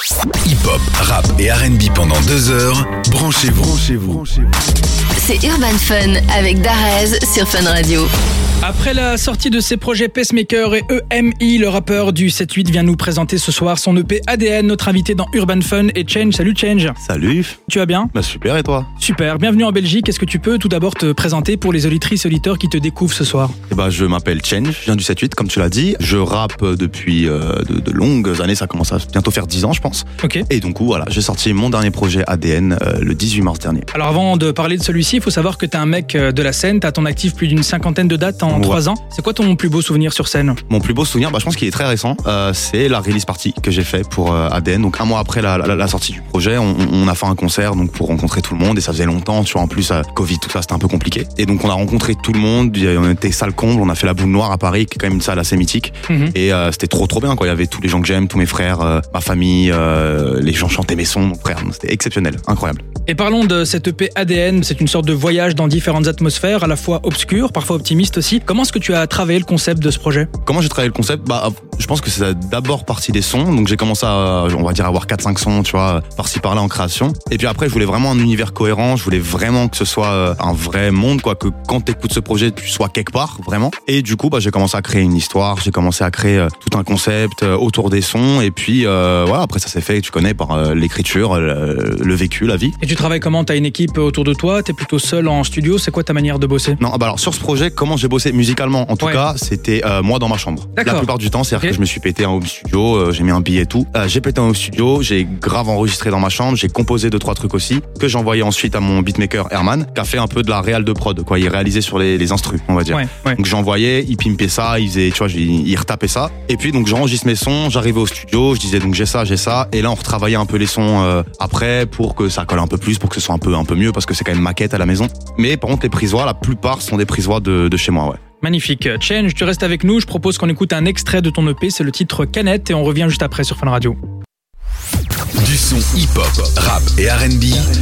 Hip-hop, rap et R&B pendant 2 heures. Branchez-vous. C'est Urban Fun avec Darez sur Fun Radio. Après la sortie de ses projets Pacemaker et EMI, le rappeur du 7-8 vient nous présenter ce soir son EP ADN. Notre invité dans Urban Fun est Change. Salut Change. Salut. Tu vas bien ? Bah super, et toi ? Super, bienvenue en Belgique. Est-ce que tu peux tout d'abord te présenter pour les auditrices et auditeurs qui te découvrent ce soir ? Je m'appelle Change, je viens du 7-8 comme tu l'as dit. Je rappe depuis de longues années, ça commence à bientôt faire 10 ans je pense. Ok. Et donc voilà, j'ai sorti mon dernier projet ADN le 18 mars dernier. Alors avant de parler de celui-ci, il faut savoir que t'es un mec de la scène, t'as ton actif plus d'une 50aine de dates en 3 ans. C'est quoi ton plus beau souvenir sur scène ? Mon plus beau souvenir, je pense qu'il est très récent, c'est la release party que j'ai fait pour ADN. Donc un mois après la sortie du projet, on a fait un concert donc pour rencontrer tout le monde et ça faisait longtemps, tu vois, en plus Covid, tout ça, c'était un peu compliqué. Et donc on a rencontré tout le monde, on était salle comble, on a fait la Boule Noire à Paris, qui est quand même une salle assez mythique. Et c'était trop bien quoi, il y avait tous les gens que j'aime, tous mes frères, ma famille, les gens chantaient mes sons, donc frère, c'était exceptionnel, incroyable. Et parlons de cette EP ADN, c'est une sorte de voyage dans différentes atmosphères, à la fois obscures, parfois optimistes aussi. Comment est-ce que tu as travaillé le concept de ce projet ? Comment j'ai travaillé le concept ? Je pense que c'est d'abord parti des sons, donc j'ai commencé à, on va dire, avoir 4-5 sons, tu vois, par-ci par-là en création. Et puis après, je voulais vraiment un univers cohérent, je voulais vraiment que ce soit un vrai monde, quoi, que quand t'écoutes ce projet, tu sois quelque part, vraiment. Et du coup, j'ai commencé à créer une histoire, j'ai commencé à créer tout un concept autour des sons, et puis voilà, après ça s'est fait, tu connais, par l'écriture, le vécu, la vie. Et tu travailles comment ? T'as une équipe autour de toi ? T'es plutôt seul en studio ? C'est quoi ta manière de bosser ? Non, alors sur ce projet, comment j'ai bossé musicalement ? En tout cas, c'était moi dans ma chambre. D'accord. La plupart du temps, c'est-à-dire que je me suis pété un home studio, j'ai mis un billet et tout. J'ai pété un home studio, j'ai grave enregistré dans ma chambre, j'ai composé 2-3 trucs aussi, que j'ai envoyé ensuite à mon beatmaker Herman, qui a fait un peu de la réal de prod, quoi. Il réalisait sur les instrus, on va dire. Ouais. Donc j'ai envoyé, il pimpait ça, il faisait, tu vois, il retapait ça. Et puis donc j'enregistre mes sons, j'arrivais au studio, je disais donc j'ai ça. Et là on retravaillait un peu les sons après pour que ça colle un peu plus, pour que ce soit un peu mieux, parce que c'est quand même maquette à la maison. Mais par contre les prises voix, la plupart sont des prises voix de chez moi, ouais. Magnifique. Change, tu restes avec nous. Je propose qu'on écoute un extrait de ton EP. C'est le titre Canette et on revient juste après sur Fun Radio. Du son hip-hop, rap et R&B.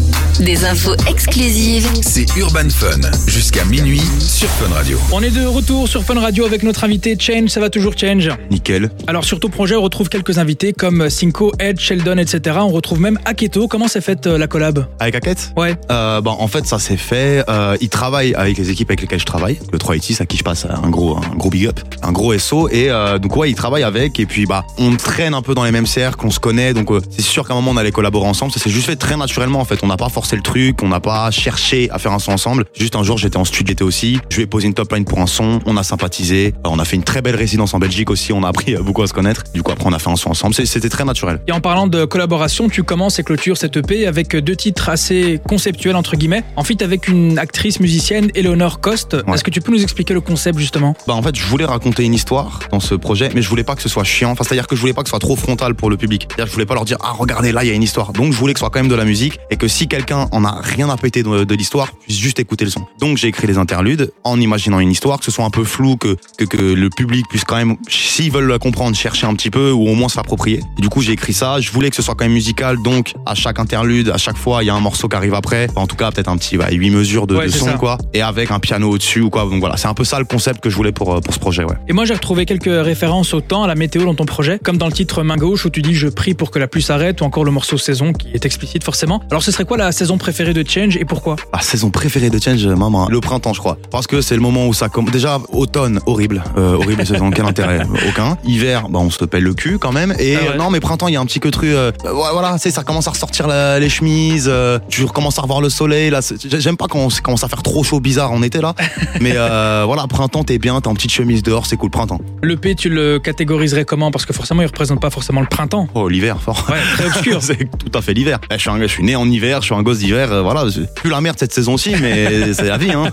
Des infos exclusives. C'est Urban Fun, jusqu'à minuit sur Fun Radio. On est de retour sur Fun Radio avec notre invité Change. Ça va toujours Change ? Nickel. Alors sur ton projet, on retrouve quelques invités comme Cinco, Ed, Sheldon, etc. On retrouve même Aketo. Comment s'est faite la collab ? Avec Aket ? Ouais. En fait, ça s'est fait. Il travaille avec les équipes avec lesquelles je travaille. Le 386, à qui je passe un gros big up, un gros SO. Et donc ouais, il travaille avec. Et puis on traîne un peu dans les mêmes cercles, on se connaît. Donc c'est sûr qu'à un moment on allait collaborer ensemble. Ça s'est juste fait très naturellement en fait. On n'a pas forcé le truc, on n'a pas cherché à faire un son ensemble. Juste un jour, j'étais en studio, l'été aussi. Je lui ai posé une top line pour un son. On a sympathisé. On a fait une très belle résidence en Belgique aussi. On a appris beaucoup à se connaître. Du coup après on a fait un son ensemble. C'était très naturel. Et en parlant de collaboration, tu commences et clôtures cette EP avec 2 titres assez conceptuels entre guillemets. En fait, avec une actrice musicienne, Eleanor Cost. Ouais. Est-ce que tu peux nous expliquer le concept justement ? En fait, je voulais raconter une histoire dans ce projet, mais je voulais pas que ce soit chiant. Enfin, c'est-à-dire que je voulais pas que ce soit trop frontal pour le public. C'est-à-dire que je voulais pas leur dire regardez là, il y a une histoire. Donc je voulais que ce soit quand même de la musique et que si quelqu'un en a rien à péter de l'histoire, puisse juste écouter le son. Donc j'ai écrit les interludes en imaginant une histoire, que ce soit un peu flou, que le public puisse quand même, s'ils veulent la comprendre, chercher un petit peu ou au moins se l'approprier. Et du coup j'ai écrit ça, je voulais que ce soit quand même musical, donc à chaque interlude, à chaque fois il y a un morceau qui arrive après, en tout cas peut-être un petit 8 mesures de son quoi, et avec un piano au-dessus ou quoi. Donc voilà, c'est un peu ça le concept que je voulais pour ce projet, ouais. Et moi j'ai retrouvé quelques références au temps, à la météo dans ton projet, comme dans le titre Main gauche où tu dis je prie pour que la pluie s'arrête, ou encore le morceau Saison qui est explicite forcément. Alors ce serait quoi la saison préférée de Change et pourquoi ? La saison préférée de Change, maman, le printemps je crois. Parce que c'est le moment où ça commence. Déjà automne, horrible saison, quel intérêt ? Aucun. Hiver, on se pèle le cul quand même. Et non mais printemps, il y a un petit que truc, voilà, ça commence à ressortir les chemises, tu recommences à revoir le soleil là. J'aime pas quand on commence à faire trop chaud bizarre en été là. Mais voilà, printemps t'es bien, t'es en petite chemise dehors, c'est cool, printemps. L'EP tu le catégoriserais comment ? Parce que forcément il représente pas forcément le printemps. Oh l'hiver fort. Ouais, très obscur. C'est tout à fait l'hiver. Je suis né en hiver, je suis un gosse d'hiver, voilà, j'ai plus la merde cette saison aussi, mais c'est la vie hein.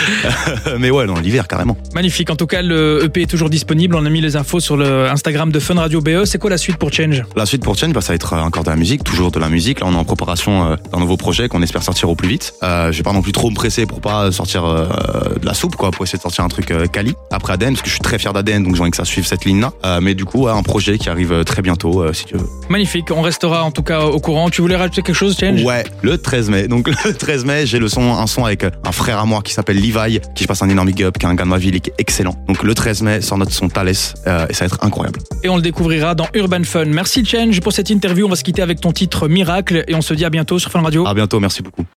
Mais ouais, non, l'hiver carrément. Magnifique, en tout cas le EP est toujours disponible, on a mis les infos sur le Instagram de Fun Radio BE. C'est quoi la suite pour Change ? La suite pour Change, ça va être encore de la musique, toujours de la musique. Là on est en préparation d'un nouveau projet qu'on espère sortir au plus vite. Je vais pas non plus trop me presser pour pas sortir de la soupe quoi, pour essayer de sortir un truc quali après ADN, parce que je suis très fier d'ADN, donc j'ai envie que ça suive cette ligne là. Mais du coup un projet qui arrive très bientôt si tu veux. Magnifique, on restera tiendra en tout cas au courant. Tu voulais rajouter quelque chose, Change? Ouais, le 13 mai. Donc le 13 mai, j'ai un son avec un frère à moi qui s'appelle Levi, qui je passe un énorme big up, qui est un gars de ma ville et qui est excellent. Donc le 13 mai sort notre son Thales et ça va être incroyable. Et on le découvrira dans Urban Fun. Merci Change pour cette interview. On va se quitter avec ton titre Miracle et on se dit à bientôt sur Fun Radio. À bientôt, merci beaucoup.